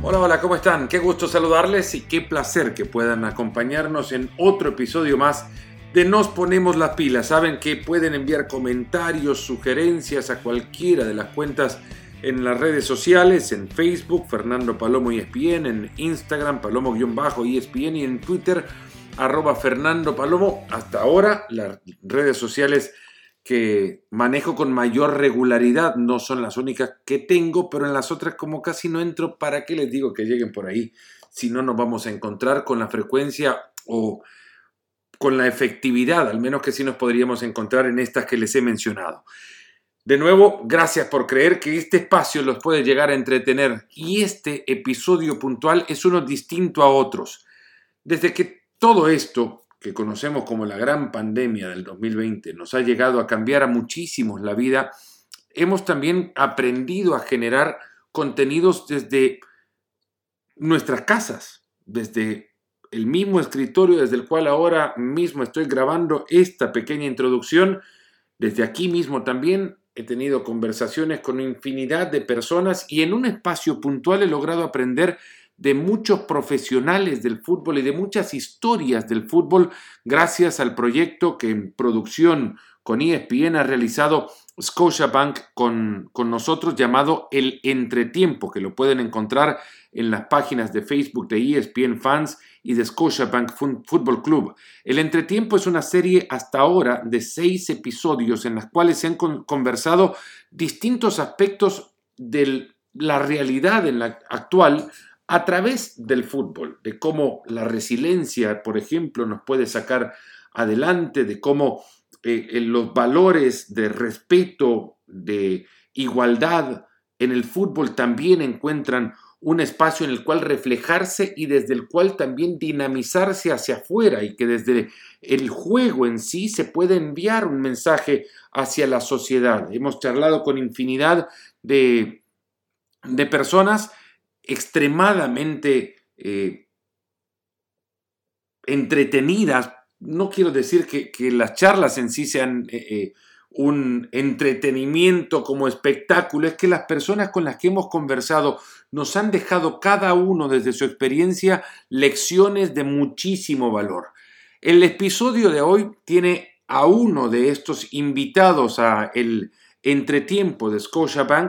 Hola, hola, ¿cómo están? Qué gusto saludarles y qué placer que puedan acompañarnos en otro episodio más de Nos Ponemos las Pilas. Saben que pueden enviar comentarios, sugerencias a cualquiera de las cuentas en las redes sociales, en Facebook, Fernando Palomo ESPN, en Instagram, Palomo-ESPN y en Twitter, @Fernando Palomo. Hasta ahora, las redes sociales que manejo con mayor regularidad, no son las únicas que tengo, pero en las otras como casi no entro, ¿para qué les digo que lleguen por ahí? Si no nos vamos a encontrar con la frecuencia o con la efectividad, al menos que sí nos podríamos encontrar en estas que les he mencionado. De nuevo, gracias por creer que este espacio los puede llegar a entretener y este episodio puntual es uno distinto a otros. Desde que todo esto que conocemos como la gran pandemia del 2020 nos ha llegado a cambiar a muchísimos la vida, hemos también aprendido a generar contenidos desde nuestras casas, desde el mismo escritorio desde el cual ahora mismo estoy grabando esta pequeña introducción. Desde aquí mismo también he tenido conversaciones con infinidad de personas y en un espacio puntual he logrado aprender de muchos profesionales del fútbol y de muchas historias del fútbol gracias al proyecto que en producción con ESPN ha realizado Scotiabank con nosotros, llamado El Entretiempo, que lo pueden encontrar en las páginas de Facebook de ESPN Fans y de Scotiabank Football Club. El Entretiempo es una serie hasta ahora de 6 episodios en las cuales se han conversado distintos aspectos de la realidad en la actual a través del fútbol, de cómo la resiliencia, por ejemplo, nos puede sacar adelante, de cómo los valores de respeto, de igualdad en el fútbol también encuentran un espacio en el cual reflejarse y desde el cual también dinamizarse hacia afuera, y que desde el juego en sí se puede enviar un mensaje hacia la sociedad. Hemos charlado con infinidad de personas extremadamente entretenidas. No quiero decir que las charlas en sí sean un entretenimiento como espectáculo, es que las personas con las que hemos conversado nos han dejado cada uno desde su experiencia lecciones de muchísimo valor. El episodio de hoy tiene a uno de estos invitados a el Entretiempo de Scotiabank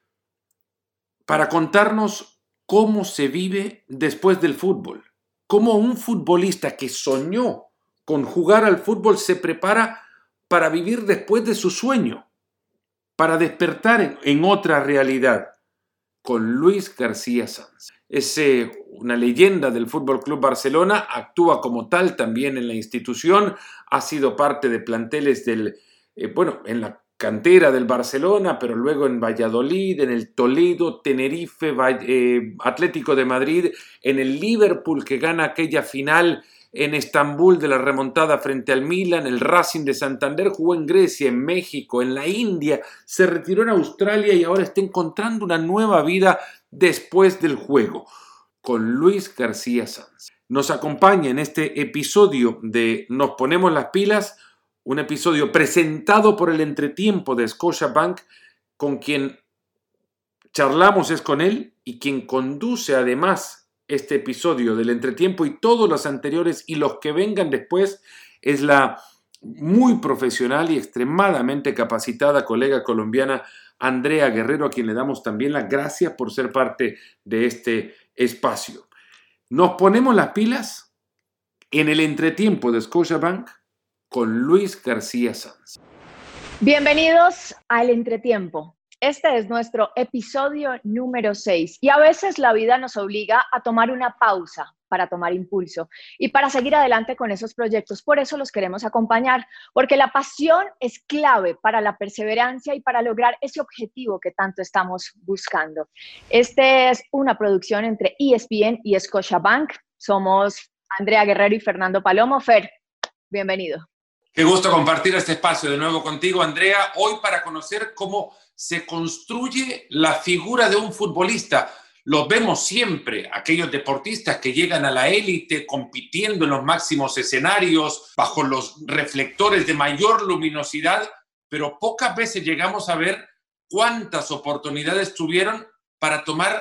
para contarnos cómo se vive después del fútbol, cómo un futbolista que soñó con jugar al fútbol se prepara para vivir después de su sueño, para despertar en otra realidad, con Luis García Sanz. Es una leyenda del Fútbol Club Barcelona, actúa como tal también en la institución, ha sido parte de planteles en la cantera del Barcelona, pero luego en Valladolid, en el Toledo, Tenerife, Atlético de Madrid, en el Liverpool que gana aquella final en Estambul de la remontada frente al Milan, el Racing de Santander, jugó en Grecia, en México, en la India, se retiró en Australia y ahora está encontrando una nueva vida después del juego, con Luis García Sanz. Nos acompaña en este episodio de Nos Ponemos las Pilas, un episodio presentado por el Entretiempo de Scotiabank, con quien charlamos es con él y quien conduce además este episodio del Entretiempo y todos los anteriores y los que vengan después es la muy profesional y extremadamente capacitada colega colombiana Andrea Guerrero, a quien le damos también las gracias por ser parte de este espacio. Nos ponemos las pilas en el Entretiempo de Scotiabank con Luis García Sanz. Bienvenidos al Entretiempo. Este es nuestro episodio número 6 y a veces la vida nos obliga a tomar una pausa para tomar impulso y para seguir adelante con esos proyectos. Por eso los queremos acompañar, porque la pasión es clave para la perseverancia y para lograr ese objetivo que tanto estamos buscando. Este es una producción entre ESPN y Scotiabank. Somos Andrea Guerrero y Fernando Palomo. Fer, bienvenido. Qué gusto compartir este espacio de nuevo contigo, Andrea, hoy para conocer cómo se construye la figura de un futbolista. Los vemos siempre, aquellos deportistas que llegan a la élite compitiendo en los máximos escenarios, bajo los reflectores de mayor luminosidad, pero pocas veces llegamos a ver cuántas oportunidades tuvieron para tomar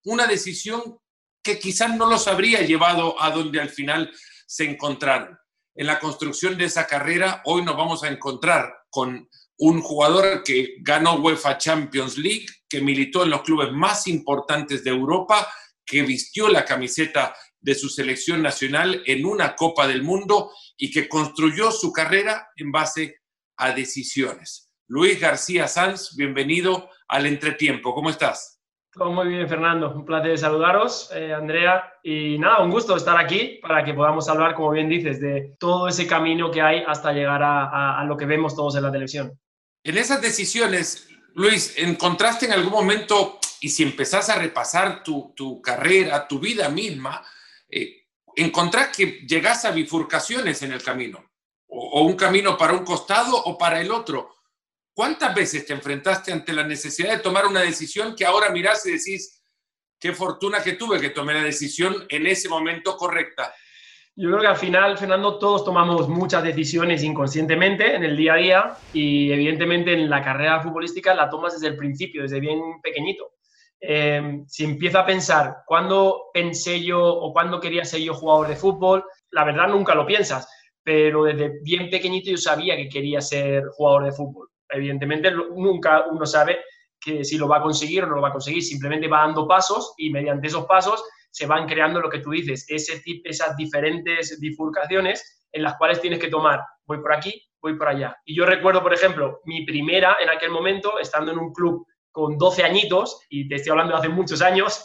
una decisión que quizás no los habría llevado a donde al final se encontraron. En la construcción de esa carrera, hoy nos vamos a encontrar con un jugador que ganó UEFA Champions League, que militó en los clubes más importantes de Europa, que vistió la camiseta de su selección nacional en una Copa del Mundo y que construyó su carrera en base a decisiones. Luis García Sanz, bienvenido al Entretiempo. ¿Cómo estás? Todo muy bien, Fernando. Un placer saludaros, Andrea. Y nada, un gusto estar aquí para que podamos hablar, como bien dices, de todo ese camino que hay hasta llegar a lo que vemos todos en la televisión. En esas decisiones, Luis, ¿encontraste en algún momento, y si empezás a repasar tu carrera, tu vida misma, encontrás que llegás a bifurcaciones en el camino? O un camino para un costado o para el otro. ¿Cuántas veces te enfrentaste ante la necesidad de tomar una decisión que ahora mirás y decís, qué fortuna que tuve que tomar la decisión en ese momento correcta? Yo creo que al final, Fernando, todos tomamos muchas decisiones inconscientemente en el día a día y evidentemente en la carrera futbolística la tomas desde el principio, desde bien pequeñito. Si empiezo a pensar cuándo pensé yo o cuándo quería ser yo jugador de fútbol, la verdad nunca lo piensas, pero desde bien pequeñito yo sabía que quería ser jugador de fútbol. Evidentemente nunca uno sabe que si lo va a conseguir o no lo va a conseguir, simplemente va dando pasos y mediante esos pasos se van creando lo que tú dices, esas diferentes bifurcaciones en las cuales tienes que tomar, voy por aquí, voy por allá. Y yo recuerdo, por ejemplo, mi primera en aquel momento, estando en un club con 12 añitos, y te estoy hablando de hace muchos años,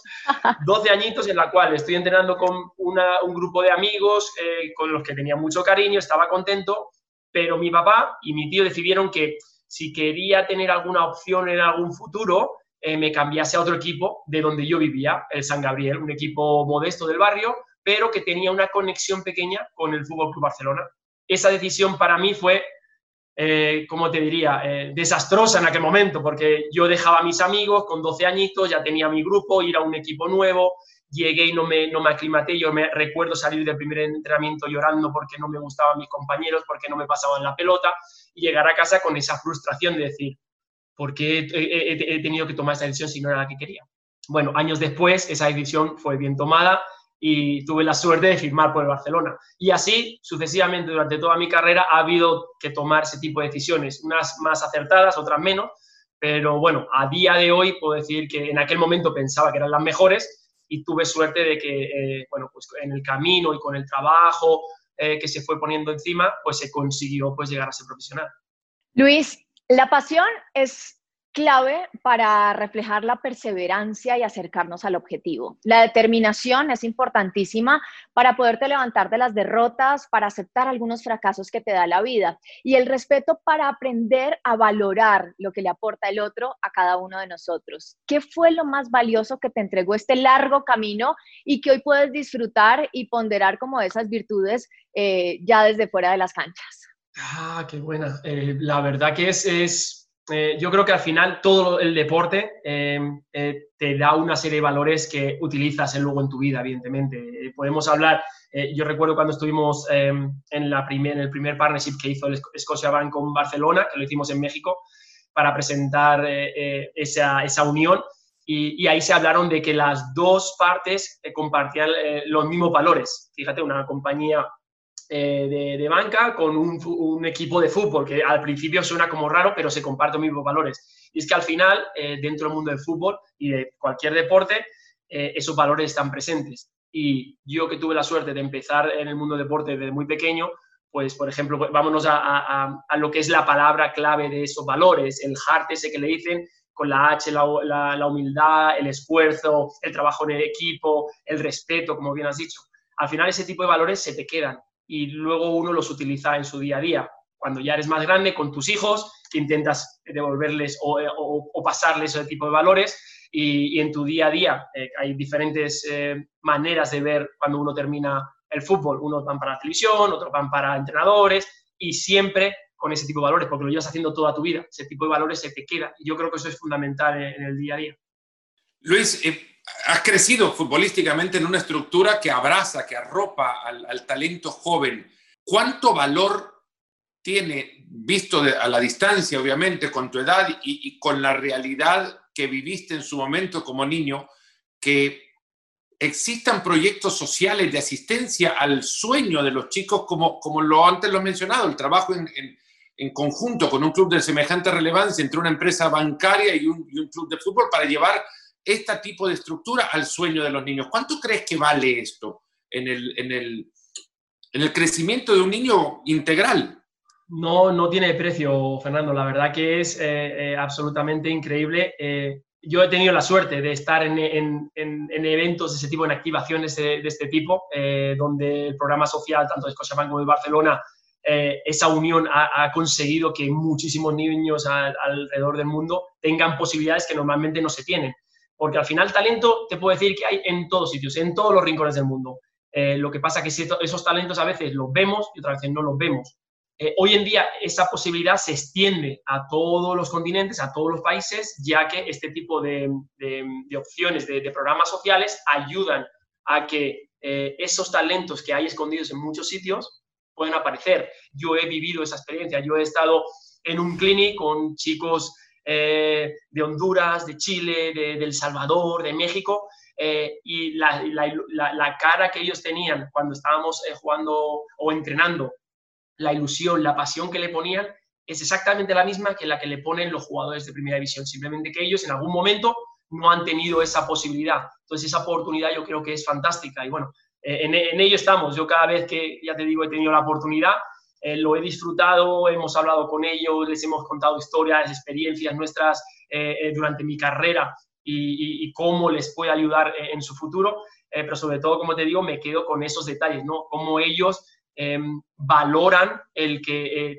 12 añitos en la cual estoy entrenando con un grupo de amigos con los que tenía mucho cariño, estaba contento, pero mi papá y mi tío decidieron que si quería tener alguna opción en algún futuro, me cambiase a otro equipo de donde yo vivía, el San Gabriel, un equipo modesto del barrio, pero que tenía una conexión pequeña con el Fútbol Club Barcelona. Esa decisión para mí fue, ¿cómo te diría?, desastrosa en aquel momento, porque yo dejaba a mis amigos con 12 añitos, ya tenía mi grupo, ir a un equipo nuevo, llegué y no me aclimaté. Yo me recuerdo salir del primer entrenamiento llorando porque no me gustaban mis compañeros, porque no me pasaban la pelota, y llegar a casa con esa frustración de decir, ¿por qué he tenido que tomar esa decisión si no era la que quería? Bueno, años después esa decisión fue bien tomada y tuve la suerte de firmar por el Barcelona. Y así, sucesivamente, durante toda mi carrera ha habido que tomar ese tipo de decisiones, unas más acertadas, otras menos, pero bueno, a día de hoy puedo decir que en aquel momento pensaba que eran las mejores y tuve suerte de que, bueno, pues en el camino y con el trabajo que se fue poniendo encima, pues se consiguió pues llegar a ser profesional. Luis, la pasión es clave para reflejar la perseverancia y acercarnos al objetivo. La determinación es importantísima para poderte levantar de las derrotas, para aceptar algunos fracasos que te da la vida, y el respeto para aprender a valorar lo que le aporta el otro a cada uno de nosotros. ¿Qué fue lo más valioso que te entregó este largo camino y que hoy puedes disfrutar y ponderar como esas virtudes ya desde fuera de las canchas? Ah, qué buena. La verdad que yo creo que al final todo el deporte te da una serie de valores que utilizas luego en tu vida, evidentemente. Podemos hablar, yo recuerdo cuando estuvimos en el primer partnership que hizo el Scotiabank con Barcelona, que lo hicimos en México, para presentar esa unión. Y ahí se hablaron de que las dos partes compartían los mismos valores. Fíjate, una compañía de banca con un equipo de fútbol, que al principio suena como raro, pero se comparten los mismos valores. Y es que al final, dentro del mundo del fútbol y de cualquier deporte, esos valores están presentes. Y yo que tuve la suerte de empezar en el mundo del deporte desde muy pequeño, pues, por ejemplo, vámonos a lo que es la palabra clave de esos valores, el heart ese que le dicen, con la H, la humildad, el esfuerzo, el trabajo en el equipo, el respeto, como bien has dicho. Al final ese tipo de valores se te quedan y luego uno los utiliza en su día a día. Cuando ya eres más grande, con tus hijos, intentas devolverles o pasarles ese tipo de valores y en tu día a día hay diferentes maneras de ver cuando uno termina el fútbol. Unos van para la televisión, otros van para entrenadores y siempre con ese tipo de valores, porque lo llevas haciendo toda tu vida. Ese tipo de valores se te queda y yo creo que eso es fundamental en el día a día. Luis, has crecido futbolísticamente en una estructura que abraza, que arropa al talento joven. ¿Cuánto valor tiene, visto a la distancia, obviamente, con tu edad y con la realidad que viviste en su momento como niño, que existan proyectos sociales de asistencia al sueño de los chicos, como antes lo he mencionado, el trabajo en conjunto con un club de semejante relevancia entre una empresa bancaria y un club de fútbol para llevar este tipo de estructura al sueño de los niños. ¿Cuánto crees que vale esto en el crecimiento de un niño integral? No tiene precio, Fernando. La verdad que es absolutamente increíble. Yo he tenido la suerte de estar en eventos de ese tipo, en activaciones de este tipo, donde el programa social, tanto de Scotiabank como de Barcelona, esa unión ha conseguido que muchísimos niños alrededor del mundo tengan posibilidades que normalmente no se tienen. Porque al final talento, te puedo decir que hay en todos sitios, en todos los rincones del mundo. Lo que pasa es que esos talentos a veces los vemos y otras veces no los vemos. Hoy en día esa posibilidad se extiende a todos los continentes, a todos los países, ya que este tipo de opciones, de programas sociales, ayudan a que esos talentos que hay escondidos en muchos sitios pueden aparecer. Yo he vivido esa experiencia, yo he estado en un clinic con chicos de Honduras, de Chile, de El Salvador, de México, y la cara que ellos tenían cuando estábamos jugando o entrenando, la ilusión, la pasión que le ponían, es exactamente la misma que la que le ponen los jugadores de primera división, simplemente que ellos en algún momento no han tenido esa posibilidad. Entonces esa oportunidad yo creo que es fantástica y bueno, en ello estamos. Yo cada vez que, ya te digo, he tenido la oportunidad, lo he disfrutado, hemos hablado con ellos, les hemos contado historias, experiencias nuestras durante mi carrera y cómo les puede ayudar en su futuro, pero sobre todo, como te digo, me quedo con esos detalles, ¿no? Cómo ellos valoran el que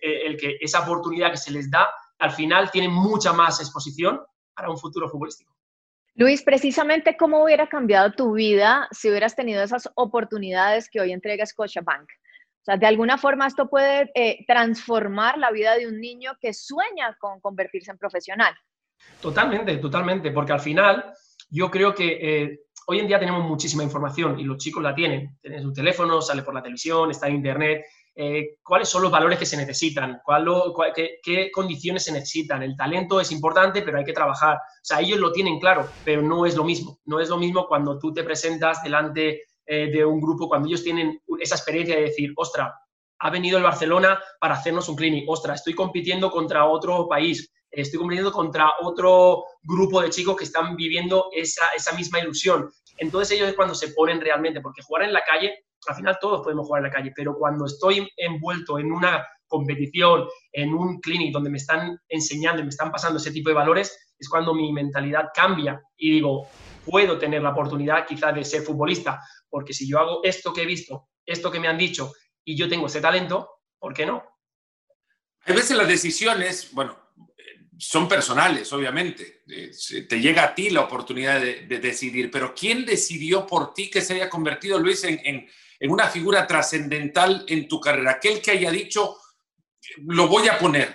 esa oportunidad que se les da, al final tiene mucha más exposición para un futuro futbolístico. Luis, precisamente, ¿cómo hubiera cambiado tu vida si hubieras tenido esas oportunidades que hoy entrega Scotiabank? O sea, de alguna forma esto puede transformar la vida de un niño que sueña con convertirse en profesional. Totalmente, porque al final yo creo que hoy en día tenemos muchísima información y los chicos la tienen. Tienen su teléfono, sale por la televisión, está en internet. ¿Cuáles son los valores que se necesitan? ¿Qué condiciones se necesitan? El talento es importante, pero hay que trabajar. O sea, ellos lo tienen claro, pero no es lo mismo. No es lo mismo cuando tú te presentas delante de un grupo, cuando ellos tienen esa experiencia de decir, ostras, ha venido el Barcelona para hacernos un clinic. Ostras, estoy compitiendo contra otro país. Estoy compitiendo contra otro grupo de chicos que están viviendo esa misma ilusión. Entonces ellos es cuando se ponen realmente, porque jugar en la calle, al final todos podemos jugar en la calle, pero cuando estoy envuelto en una competición, en un clinic donde me están enseñando y me están pasando ese tipo de valores, es cuando mi mentalidad cambia y digo, puedo tener la oportunidad quizás de ser futbolista, porque si yo hago esto que he visto, esto que me han dicho y yo tengo ese talento, ¿por qué no? Hay veces las decisiones, bueno, son personales, obviamente. Te llega a ti la oportunidad de decidir, pero ¿quién decidió por ti que se haya convertido, Luis, en una figura trascendental en tu carrera? Aquel que haya dicho, lo voy a poner.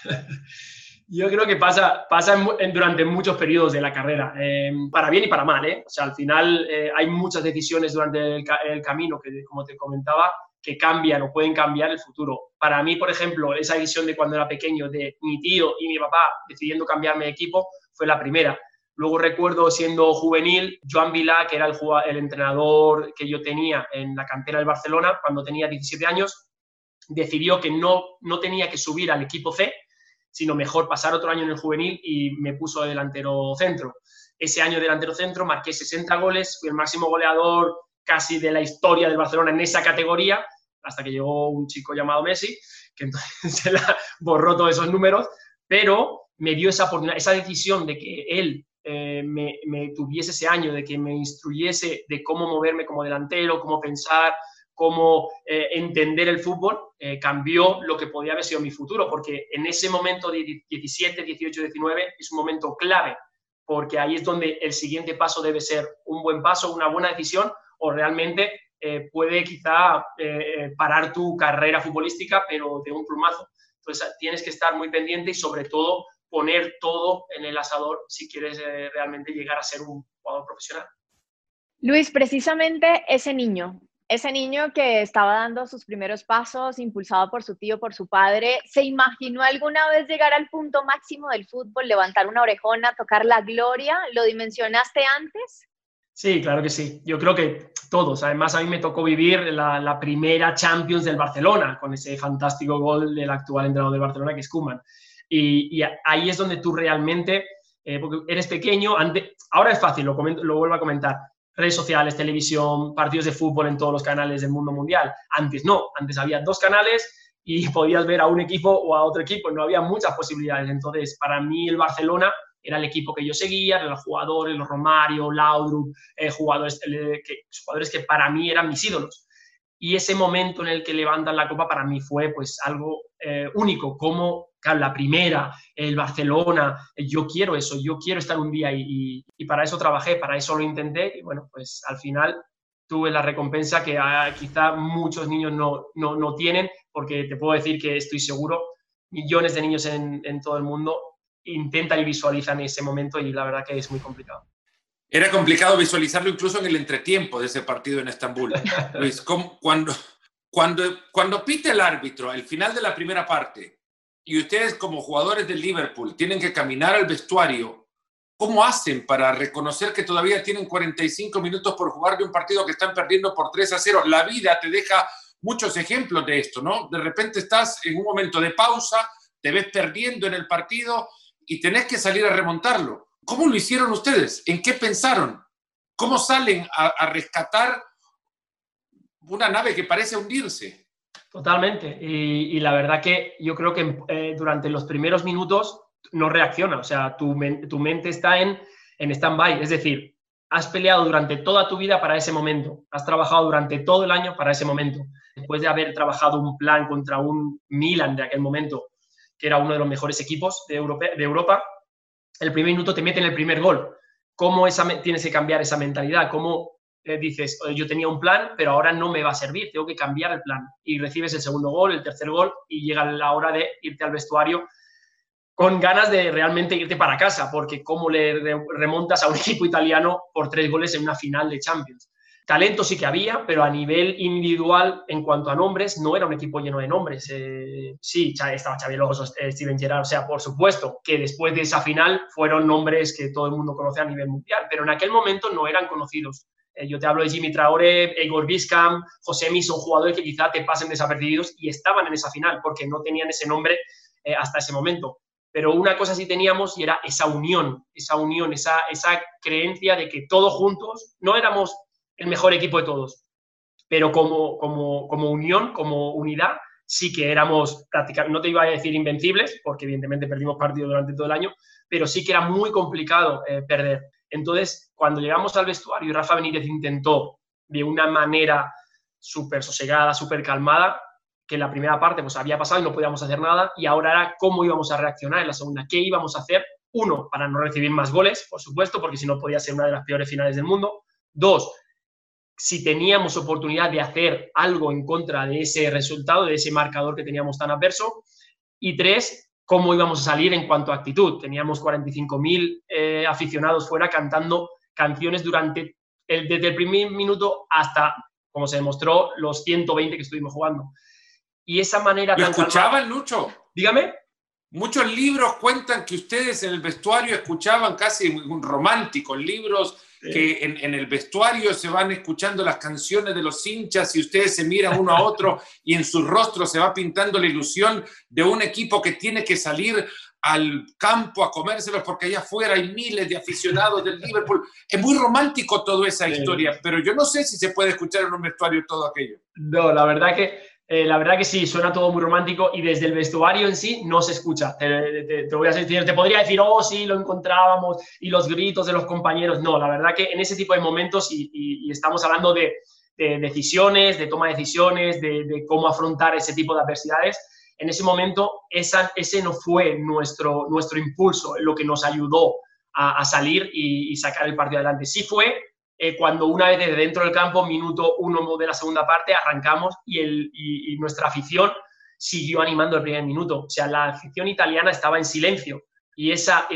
Yo creo que pasa durante muchos periodos de la carrera, para bien y para mal, ¿eh? O sea, al final hay muchas decisiones durante el camino que, como te comentaba, que cambian o pueden cambiar el futuro. Para mí, por ejemplo, esa visión de cuando era pequeño de mi tío y mi papá decidiendo cambiarme de equipo fue la primera. Luego recuerdo siendo juvenil, Joan Vilà, que era el entrenador que yo tenía en la cantera del Barcelona cuando tenía 17 años, decidió que no tenía que subir al equipo C, sino mejor pasar otro año en el juvenil y me puso de delantero centro. Ese año de delantero centro marqué 60 goles, fui el máximo goleador casi de la historia del Barcelona en esa categoría, hasta que llegó un chico llamado Messi, que entonces se la borró todos esos números, pero me dio esa oportunidad, esa decisión de que él me tuviese ese año, de que me instruyese de cómo moverme como delantero, cómo pensar, cómo entender el fútbol, cambió lo que podía haber sido mi futuro, porque en ese momento de 17, 18, 19 es un momento clave, porque ahí es donde el siguiente paso debe ser un buen paso, una buena decisión, o realmente puede quizá parar tu carrera futbolística, pero de un plumazo. Entonces tienes que estar muy pendiente y sobre todo poner todo en el asador si quieres realmente llegar a ser un jugador profesional. Luis, precisamente ese niño que estaba dando sus primeros pasos, impulsado por su tío, por su padre, ¿se imaginó alguna vez llegar al punto máximo del fútbol, levantar una orejona, tocar la gloria? ¿Lo dimensionaste antes? Sí, claro que sí. Yo creo que todos. Además, a mí me tocó vivir la primera Champions del Barcelona, con ese fantástico gol del actual entrenador del Barcelona, que es Koeman. Y ahí es donde tú realmente, porque eres pequeño, ahora es fácil, lo vuelvo a comentar, redes sociales, televisión, partidos de fútbol en todos los canales del mundo mundial. Antes no, antes había 2 canales y podías ver a un equipo o a otro equipo, no había muchas posibilidades. Entonces, para mí el Barcelona era el equipo que yo seguía, eran los jugadores, los Romario, Laudrup, jugadores que para mí eran mis ídolos. Y ese momento en el que levantan la copa para mí fue pues algo único, como claro, la primera, el Barcelona, yo quiero eso, yo quiero estar un día y para eso trabajé, para eso lo intenté y bueno, pues al final tuve la recompensa que quizá muchos niños no tienen, porque te puedo decir que estoy seguro, millones de niños en todo el mundo intentan y visualizan ese momento y la verdad que es muy complicado. Era complicado visualizarlo incluso en el entretiempo de ese partido en Estambul. Luis, cuando pita el árbitro al final de la primera parte y ustedes como jugadores del Liverpool tienen que caminar al vestuario, ¿cómo hacen para reconocer que todavía tienen 45 minutos por jugar de un partido que están perdiendo por 3-0? La vida te deja muchos ejemplos de esto, ¿no? De repente estás en un momento de pausa, te ves perdiendo en el partido y tenés que salir a remontarlo. ¿Cómo lo hicieron ustedes? ¿En qué pensaron? ¿Cómo salen a rescatar una nave que parece hundirse? Totalmente. Y la verdad que yo creo que durante los primeros minutos no reacciona. O sea, tu mente está en stand-by. Es decir, has peleado durante toda tu vida para ese momento. Has trabajado durante todo el año para ese momento. Después de haber trabajado un plan contra un Milan de aquel momento, que era uno de los mejores equipos de Europa, el primer minuto te meten el primer gol. ¿Cómo tienes que cambiar esa mentalidad? ¿Cómo dices, yo tenía un plan, pero ahora no me va a servir, tengo que cambiar el plan? Y recibes el segundo gol, el tercer gol, y llega la hora de irte al vestuario con ganas de realmente irte para casa, porque ¿cómo le remontas a un equipo italiano por 3 goles en una final de Champions? Talento sí que había, pero a nivel individual, en cuanto a nombres, no era un equipo lleno de nombres. Sí, estaba Xabi Alonso, Steven Gerrard, o sea, por supuesto que después de esa final fueron nombres que todo el mundo conoce a nivel mundial, pero en aquel momento no eran conocidos. Yo te hablo de Jimmy Traoré, Igor Biscam, Josemi, son jugadores que quizá te pasen desapercibidos y estaban en esa final porque no tenían ese nombre hasta ese momento. Pero una cosa sí teníamos y era esa unión, esa creencia de que todos juntos no éramos el mejor equipo de todos, pero como unión, como unidad, sí que éramos prácticamente, no te iba a decir invencibles, porque evidentemente perdimos partidos durante todo el año, pero sí que era muy complicado perder. Entonces, cuando llegamos al vestuario y Rafa Benítez intentó de una manera súper sosegada, súper calmada, que en la primera parte pues había pasado y no podíamos hacer nada, y ahora era cómo íbamos a reaccionar en la segunda, qué íbamos a hacer. 1, para no recibir más goles, por supuesto, porque si no podía ser una de las peores finales del mundo. 2, si teníamos oportunidad de hacer algo en contra de ese resultado, de ese marcador que teníamos tan adverso. Y 3, cómo íbamos a salir en cuanto a actitud. Teníamos 45.000 aficionados fuera cantando canciones desde el primer minuto hasta, como se demostró, los 120 que estuvimos jugando. Y esa manera... ¿Lo escuchaban, Lucho? Dígame. Muchos libros cuentan que ustedes en el vestuario escuchaban casi un romántico, libros que en el vestuario se van escuchando las canciones de los hinchas y ustedes se miran uno a otro y en sus rostros se va pintando la ilusión de un equipo que tiene que salir al campo a comérselos porque allá afuera hay miles de aficionados del Liverpool. Es muy romántico toda esa historia, pero yo no sé si se puede escuchar en un vestuario todo aquello. No, la verdad que sí, suena todo muy romántico y desde el vestuario en sí no se escucha. Te voy a decir, te podría decir, oh, sí, lo encontrábamos y los gritos de los compañeros. No, la verdad que en ese tipo de momentos y estamos hablando de decisiones, de toma de decisiones, de cómo afrontar ese tipo de adversidades. En ese momento, ese no fue nuestro impulso, lo que nos ayudó a salir y sacar el partido adelante. Sí fue cuando una vez desde dentro del campo, minuto 1 de la segunda parte, arrancamos y nuestra afición siguió animando el primer minuto. O sea, la afición italiana estaba en silencio y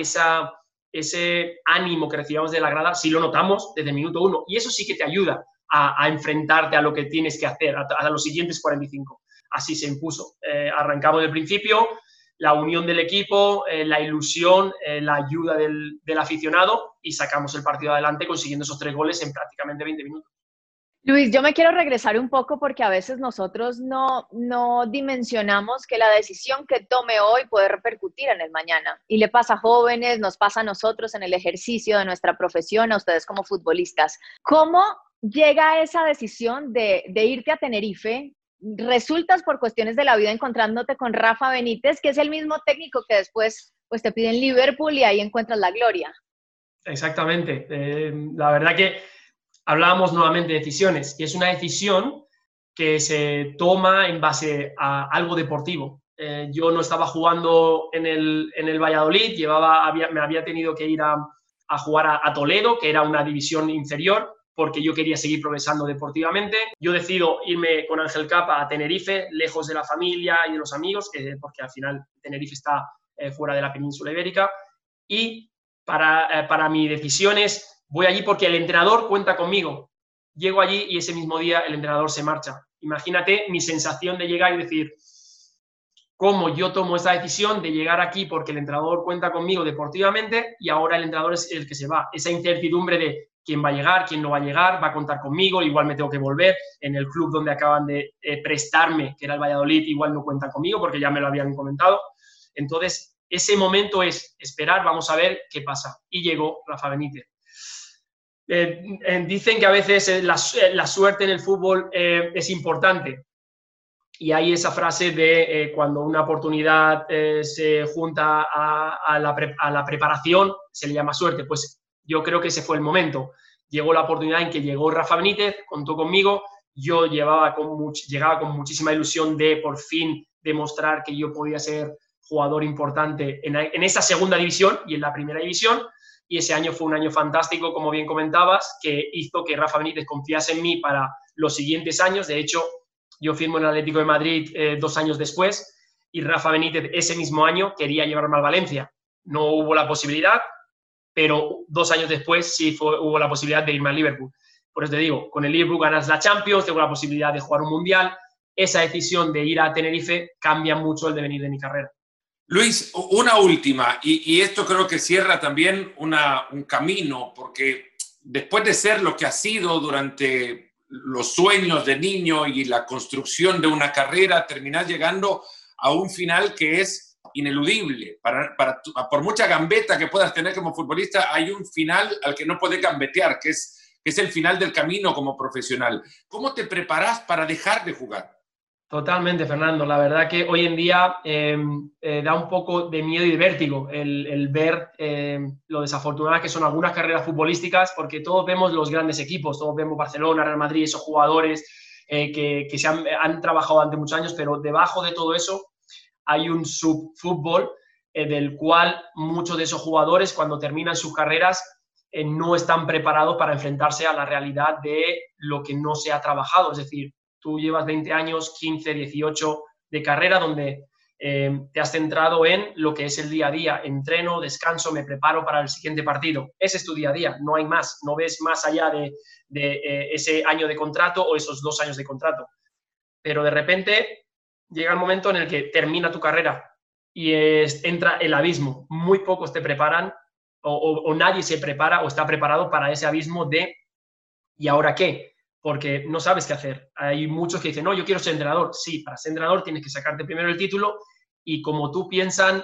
ese ánimo que recibíamos de la grada sí lo notamos desde el minuto 1 y eso sí que te ayuda a enfrentarte a lo que tienes que hacer, a los siguientes 45. Así se impuso. Arrancamos del principio, la unión del equipo, la ilusión, la ayuda del aficionado y sacamos el partido adelante consiguiendo esos 3 goles en prácticamente 20 minutos. Luis, yo me quiero regresar un poco porque a veces nosotros no dimensionamos que la decisión que tome hoy puede repercutir en el mañana. Y le pasa a jóvenes, nos pasa a nosotros en el ejercicio de nuestra profesión, a ustedes como futbolistas. ¿Cómo llega esa decisión de irte a Tenerife? Resultas por cuestiones de la vida encontrándote con Rafa Benítez, que es el mismo técnico que después pues, te pide en Liverpool y ahí encuentras la gloria. Exactamente. La verdad que hablábamos nuevamente de decisiones y es una decisión que se toma en base a algo deportivo. Yo no estaba jugando en el Valladolid, me había tenido que ir a jugar a Toledo, que era una división inferior, porque yo quería seguir progresando deportivamente. Yo decido irme con Ángel Capa a Tenerife, lejos de la familia y de los amigos, porque al final Tenerife está fuera de la península ibérica. Y para mi decisión es, voy allí porque el entrenador cuenta conmigo. Llego allí y ese mismo día el entrenador se marcha. Imagínate mi sensación de llegar y decir, cómo yo tomo esta decisión de llegar aquí porque el entrenador cuenta conmigo deportivamente y ahora el entrenador es el que se va. Esa incertidumbre de quién va a llegar, quién no va a llegar, va a contar conmigo, igual me tengo que volver. En el club donde acaban de prestarme, que era el Valladolid, igual no cuentan conmigo porque ya me lo habían comentado. Entonces, ese momento es esperar, vamos a ver qué pasa. Y llegó Rafa Benítez. Dicen que a veces la suerte en el fútbol es importante. Y hay esa frase de cuando una oportunidad se junta a la preparación, se le llama suerte. Pues yo creo que ese fue el momento. Llegó la oportunidad en que llegó Rafa Benítez, contó conmigo, yo llegaba con muchísima ilusión de por fin demostrar que yo podía ser jugador importante en esa segunda división y en la primera división. Y ese año fue un año fantástico, como bien comentabas, que hizo que Rafa Benítez confiase en mí para los siguientes años. De hecho, yo firmo en el Atlético de Madrid 2 años después y Rafa Benítez ese mismo año quería llevarme al Valencia. No hubo la posibilidad, pero 2 años después sí hubo la posibilidad de irme al Liverpool. Por eso te digo, con el Liverpool ganas la Champions, tengo la posibilidad de jugar un Mundial. Esa decisión de ir a Tenerife cambia mucho el devenir de mi carrera. Luis, una última, y esto creo que cierra también un camino, porque después de ser lo que has sido durante los sueños de niño y la construcción de una carrera, terminás llegando a un final que es ineludible. Por mucha gambeta que puedas tener como futbolista, hay un final al que no puedes gambetear, que es el final del camino como profesional. ¿Cómo te preparás para dejar de jugar? Totalmente, Fernando. La verdad que hoy en día da un poco de miedo y de vértigo el ver lo desafortunadas que son algunas carreras futbolísticas, porque todos vemos los grandes equipos, todos vemos Barcelona, Real Madrid, esos jugadores que se han trabajado durante muchos años, pero debajo de todo eso hay un subfútbol del cual muchos de esos jugadores, cuando terminan sus carreras, no están preparados para enfrentarse a la realidad de lo que no se ha trabajado. Es decir, tú llevas 20 años, 15, 18 de carrera donde te has centrado en lo que es el día a día. Entreno, descanso, me preparo para el siguiente partido. Ese es tu día a día, no hay más. No ves más allá de ese año de contrato o esos 2 años de contrato. Pero de repente llega el momento en el que termina tu carrera y entra el abismo. Muy pocos te preparan o nadie se prepara o está preparado para ese abismo de ¿y ahora qué? Porque no sabes qué hacer. Hay muchos que dicen, no, yo quiero ser entrenador. Sí, para ser entrenador tienes que sacarte primero el título y como tú piensan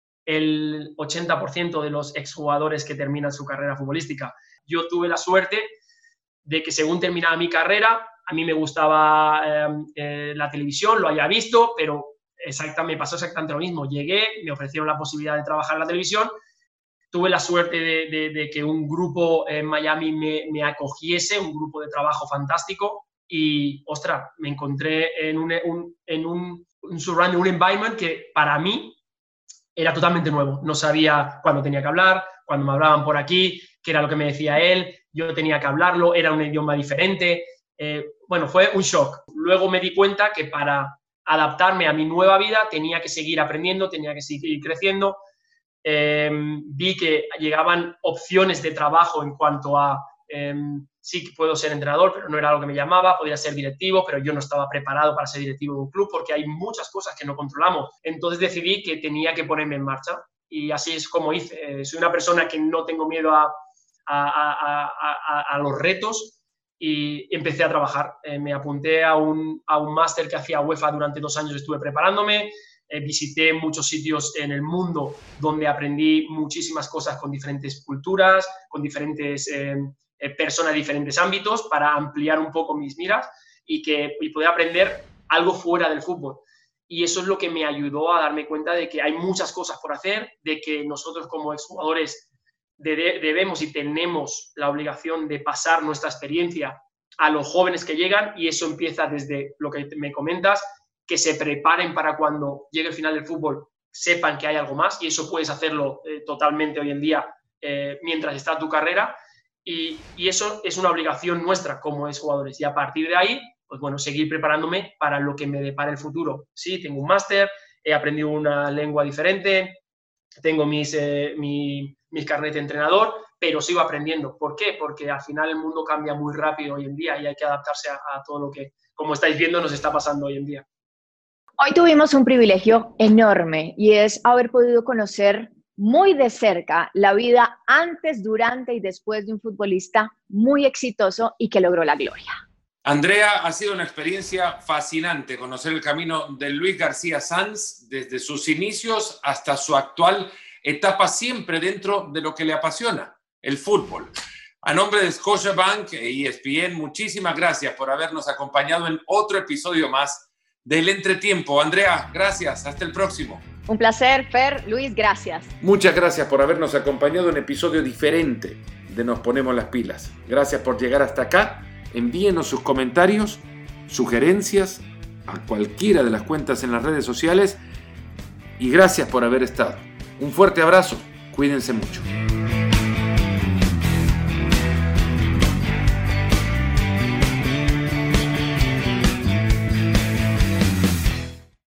el 80% de los exjugadores que terminan su carrera futbolística. Yo tuve la suerte de que según terminaba mi carrera, a mí me gustaba la televisión, lo había visto, pero me pasó exactamente lo mismo. Llegué, me ofrecieron la posibilidad de trabajar en la televisión. Tuve la suerte de que un grupo en Miami me acogiese, un grupo de trabajo fantástico y, ostras, me encontré en un surrounding, un environment que para mí era totalmente nuevo. No sabía cuándo tenía que hablar, cuando me hablaban por aquí, qué era lo que me decía él, yo tenía que hablarlo, era un idioma diferente. Bueno, fue un shock. Luego me di cuenta que para adaptarme a mi nueva vida tenía que seguir aprendiendo, tenía que seguir creciendo. Vi que llegaban opciones de trabajo en cuanto a Sí que puedo ser entrenador, pero no era algo que me llamaba, podría ser directivo, pero yo no estaba preparado para ser directivo de un club porque hay muchas cosas que no controlamos. Entonces decidí que tenía que ponerme en marcha y así es como hice. Soy una persona que no tengo miedo a los retos y empecé a trabajar. Me apunté a un máster que hacía UEFA durante 2 años, estuve preparándome. Visité muchos sitios en el mundo donde aprendí muchísimas cosas con diferentes culturas, con diferentes personas de diferentes ámbitos para ampliar un poco mis miras y poder aprender algo fuera del fútbol. Y eso es lo que me ayudó a darme cuenta de que hay muchas cosas por hacer, de que nosotros como exjugadores debemos y tenemos la obligación de pasar nuestra experiencia a los jóvenes que llegan, y eso empieza desde lo que me comentas, que se preparen para cuando llegue el final del fútbol, sepan que hay algo más, y eso puedes hacerlo totalmente hoy en día mientras está tu carrera, y eso es una obligación nuestra como exjugadores, y a partir de ahí, pues bueno, seguir preparándome para lo que me depara el futuro. Sí, tengo un máster, he aprendido una lengua diferente, tengo mis carnet de entrenador, pero sigo aprendiendo. ¿Por qué? Porque al final el mundo cambia muy rápido hoy en día y hay que adaptarse a todo lo que, como estáis viendo, nos está pasando hoy en día. Hoy tuvimos un privilegio enorme y es haber podido conocer muy de cerca la vida antes, durante y después de un futbolista muy exitoso y que logró la gloria. Andrea, ha sido una experiencia fascinante conocer el camino de Luis García Sanz desde sus inicios hasta su actual etapa, siempre dentro de lo que le apasiona, el fútbol. A nombre de Scotiabank y ESPN, muchísimas gracias por habernos acompañado en otro episodio más del Entretiempo. Andrea, gracias. Hasta el próximo. Un placer, Fer. Luis, gracias. Muchas gracias por habernos acompañado en un episodio diferente de Nos Ponemos las Pilas. Gracias por llegar hasta acá. Envíenos sus comentarios, sugerencias a cualquiera de las cuentas en las redes sociales y gracias por haber estado. Un fuerte abrazo. Cuídense mucho.